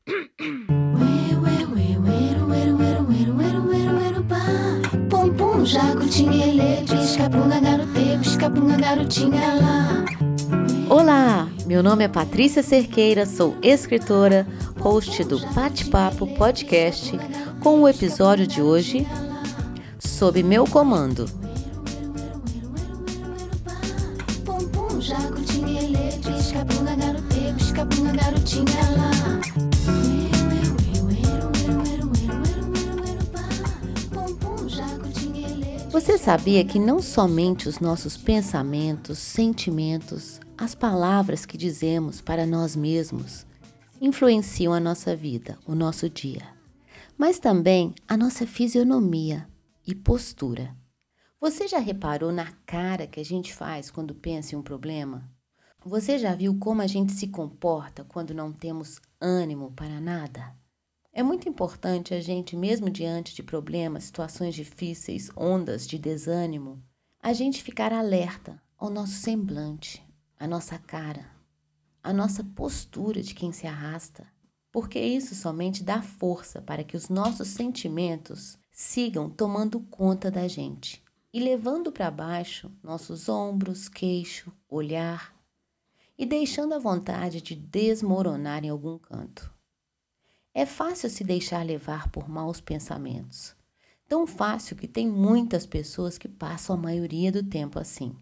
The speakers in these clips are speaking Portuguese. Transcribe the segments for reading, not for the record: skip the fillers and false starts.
Pum pum, jacutinguele, pisca-bunga garotê, pisca-bunga garotinha lá. Olá, meu nome é Patrícia Cerqueira, sou escritora, host do Bate-Papo Podcast, com o episódio de hoje, Sob Meu Comando. Pum pum, jacutinguele, pisca-bunga garotê, pisca-bunga garotinha lá. Você sabia que não somente os nossos pensamentos, sentimentos, as palavras que dizemos para nós mesmos influenciam a nossa vida, o nosso dia, mas também a nossa fisionomia e postura. Você já reparou na cara que a gente faz quando pensa em um problema? Você já viu como a gente se comporta quando não temos ânimo para nada? É muito importante a gente, mesmo diante de problemas, situações difíceis, ondas de desânimo, a gente ficar alerta ao nosso semblante, à nossa cara, à nossa postura de quem se arrasta, porque isso somente dá força para que os nossos sentimentos sigam tomando conta da gente e levando para baixo nossos ombros, queixo, olhar e deixando a vontade de desmoronar em algum canto. É fácil se deixar levar por maus pensamentos. Tão fácil que tem muitas pessoas que passam a maioria do tempo assim.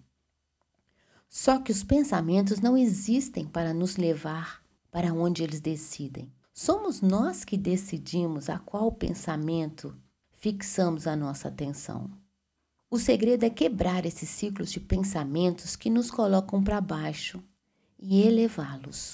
Só que os pensamentos não existem para nos levar para onde eles decidem. Somos nós que decidimos a qual pensamento fixamos a nossa atenção. O segredo é quebrar esses ciclos de pensamentos que nos colocam para baixo e elevá-los.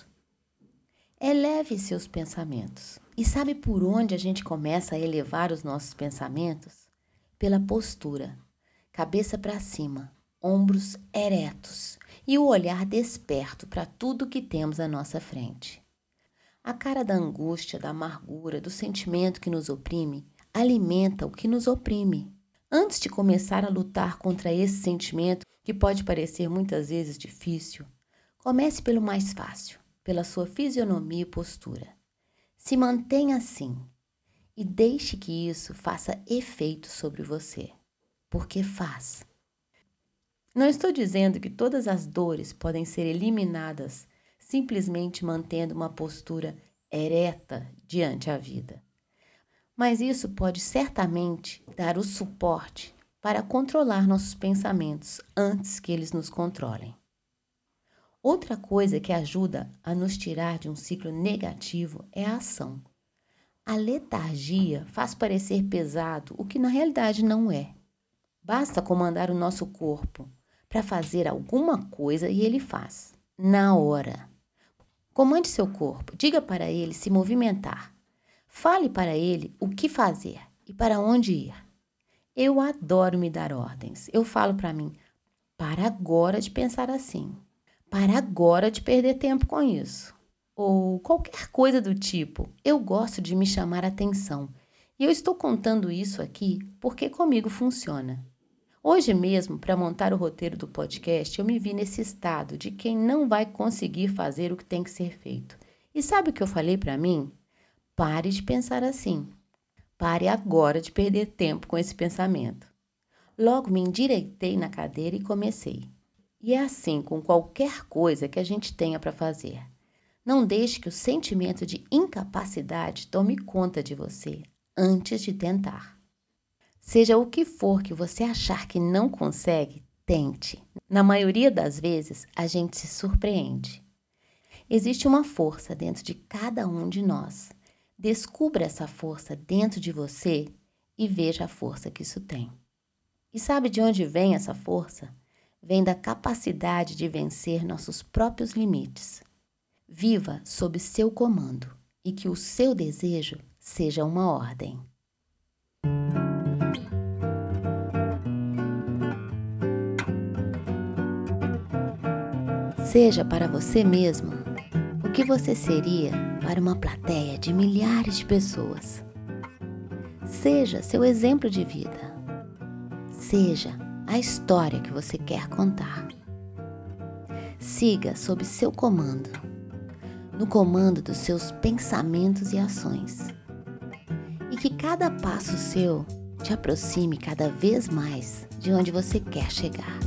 Eleve seus pensamentos. E sabe por onde a gente começa a elevar os nossos pensamentos? Pela postura. Cabeça para cima, ombros eretos e o olhar desperto para tudo que temos à nossa frente. A cara da angústia, da amargura, do sentimento que nos oprime, alimenta o que nos oprime. Antes de começar a lutar contra esse sentimento, que pode parecer muitas vezes difícil, comece pelo mais fácil, pela sua fisionomia e postura. Se mantenha assim e deixe que isso faça efeito sobre você, porque faz. Não estou dizendo que todas as dores podem ser eliminadas simplesmente mantendo uma postura ereta diante a vida, mas isso pode certamente dar o suporte para controlar nossos pensamentos antes que eles nos controlem. Outra coisa que ajuda a nos tirar de um ciclo negativo é a ação. A letargia faz parecer pesado o que na realidade não é. Basta comandar o nosso corpo para fazer alguma coisa e ele faz, na hora. Comande seu corpo, diga para ele se movimentar. Fale para ele o que fazer e para onde ir. Eu adoro me dar ordens. Eu falo para mim, para agora de pensar assim. Para agora de perder tempo com isso. Ou qualquer coisa do tipo. Eu gosto de me chamar a atenção. E eu estou contando isso aqui porque comigo funciona. Hoje mesmo, para montar o roteiro do podcast, eu me vi nesse estado de quem não vai conseguir fazer o que tem que ser feito. E sabe o que eu falei para mim? Pare de pensar assim. Pare agora de perder tempo com esse pensamento. Logo me endireitei na cadeira e comecei. E é assim com qualquer coisa que a gente tenha para fazer. Não deixe que o sentimento de incapacidade tome conta de você antes de tentar. Seja o que for que você achar que não consegue, tente. Na maioria das vezes, a gente se surpreende. Existe uma força dentro de cada um de nós. Descubra essa força dentro de você e veja a força que isso tem. E sabe de onde vem essa força? Vem da capacidade de vencer nossos próprios limites. Viva sob seu comando e que o seu desejo seja uma ordem. Seja para você mesmo o que você seria para uma plateia de milhares de pessoas. Seja seu exemplo de vida. Seja a história que você quer contar. Siga sob seu comando. no comando dos seus pensamentos e ações. E que cada passo seu te aproxime cada vez mais de onde você quer chegar.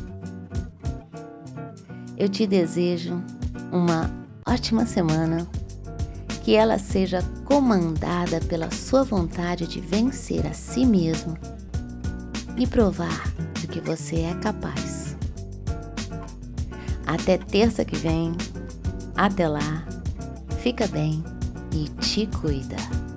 Eu te desejo uma ótima semana, que ela seja comandada pela sua vontade de vencer a si mesmo e provar do que você é capaz. Até terça que vem, até lá, fica bem e te cuida.